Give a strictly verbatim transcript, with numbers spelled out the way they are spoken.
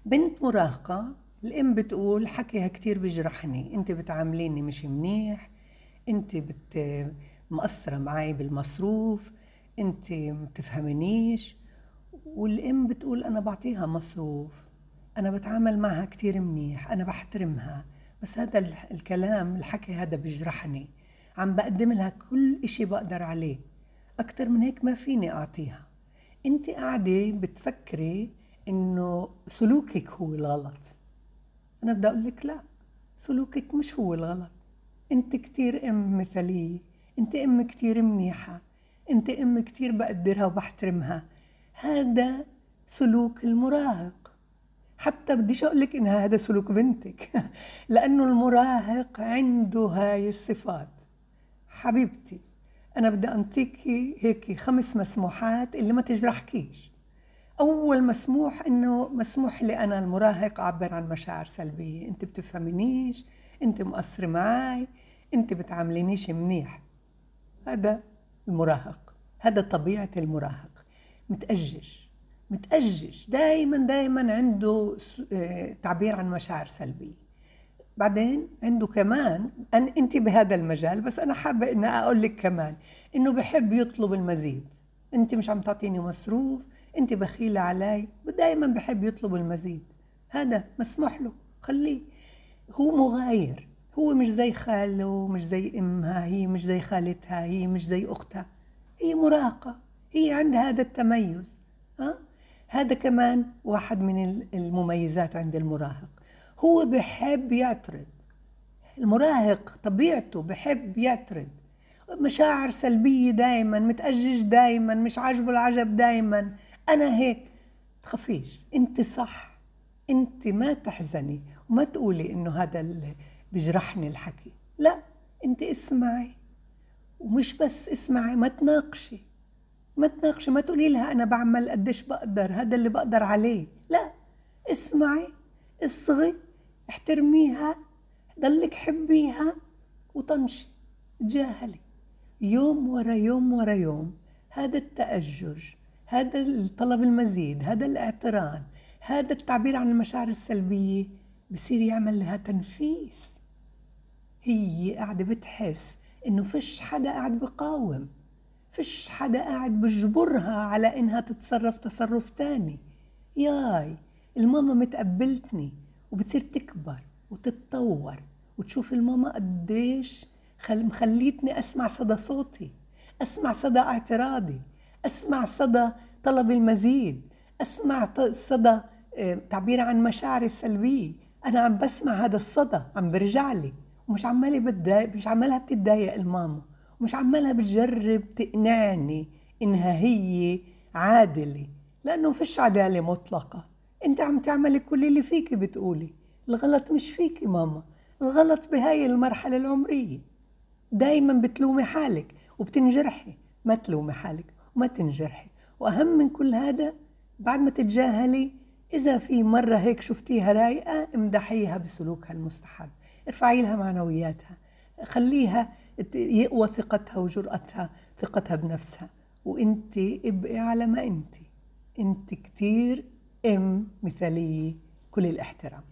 بنت مراهقة الأم بتقول حكيها كتير بجرحني، أنت بتعامليني مش منيح، أنت بت مقصرة معي بالمصروف، أنت بتفهمنيش. والأم بتقول أنا بعطيها مصروف، أنا بتعامل معها كتير منيح، أنا بحترمها، بس هذا الكلام الحكي هذا بجرحني. عم بقدم لها كل إشي بقدر عليه، أكتر من هيك ما فيني أعطيها. أنت قاعدة بتفكري إنه سلوكك هو الغلط. أنا بدي أقول لك لا، سلوكك مش هو الغلط. أنت كتير أم مثالية، أنت أم كتير منيحة، أنت أم كتير بقدرها وبحترمها. هذا سلوك المراهق. حتى بديش أقول لك إن هذا سلوك بنتك لأنه المراهق عنده هاي الصفات. حبيبتي، أنا بدي أنطيكي هيك خمس مسموحات اللي ما تجرحكيش. أول مسموح إنه مسموح لي أنا المراهق أعبر عن مشاعر سلبية، أنت بتفهمينيش، أنت مقصرة معي، أنت بتعاملينيش منيح. هذا المراهق، هذا طبيعة المراهق. متأجج متأجج دايما دايما عنده تعبير عن مشاعر سلبية. بعدين عنده كمان أن أنت بهذا المجال، بس أنا حابة إن أقول لك كمان إنه بحب يطلب المزيد. أنت مش عم تعطيني مصروف، أنت بخيلة علي، دائما بحب يطلب المزيد. هذا مسموح له، خليه. هو مغاير، هو مش زي خاله، مش زي أمها، هي مش زي خالتها، هي مش زي أختها، هي مراهقة، هي عندها هذا التميز. ها؟ هذا كمان واحد من المميزات عند المراهق. هو بحب يعترض. المراهق طبيعته بحب يعترض، مشاعر سلبية دايما، متأجج دايما، مش عاجبه العجب دايما. أنا هيك. تخافيش، أنت صح، أنت ما تحزني وما تقولي إنه هذا اللي بجرحني الحكي. لا، أنت اسمعي، ومش بس اسمعي، ما تناقشي ما تناقشي ما تقولي لها أنا بعمل قديش بقدر، هذا اللي بقدر عليه. لا، اسمعي، اصغي، احترميها، ضلك حبيها، وطنشي، تجاهلي. يوم ورا يوم ورا يوم هذا التأجج، هذا الطلب المزيد، هذا الاعتراض، هذا التعبير عن المشاعر السلبية بصير يعمل لها تنفيس. هي قاعدة بتحس إنه فيش حدا قاعد بقاوم، فيش حدا قاعد بجبرها على إنها تتصرف تصرف تاني. ياي الماما متقبلتني، وبتصير تكبر وتتطور وتشوف الماما قديش خل مخليتني أسمع صدى صوتي، أسمع صدى اعتراضي، أسمع صدى طلب المزيد، أسمع صدى تعبير عن مشاعري السلبية. أنا عم بسمع هذا الصدى، عم برجع لي، ومش عمالي بتضايق، مش عمالها بتتضايق الماما، مش عمالها بتجرب تقنعني إنها هي عادلة، لأنه فيش عدالة مطلقة. أنت عم تعملي كل اللي فيكي، بتقولي الغلط مش فيكي ماما، الغلط بهاي المرحلة العمرية. دايما بتلومي حالك وبتنجرحي. ما تلومي حالك وما تنجرحي. وأهم من كل هذا، بعد ما تتجاهلي، إذا في مرة هيك شفتيها رايقة، امدحيها بسلوكها المستحب، ارفعي لها معنوياتها، خليها يقوى ثقتها وجرأتها، ثقتها بنفسها. وانت ابقي على ما انت انت كتير ام مثالية، كل الاحترام.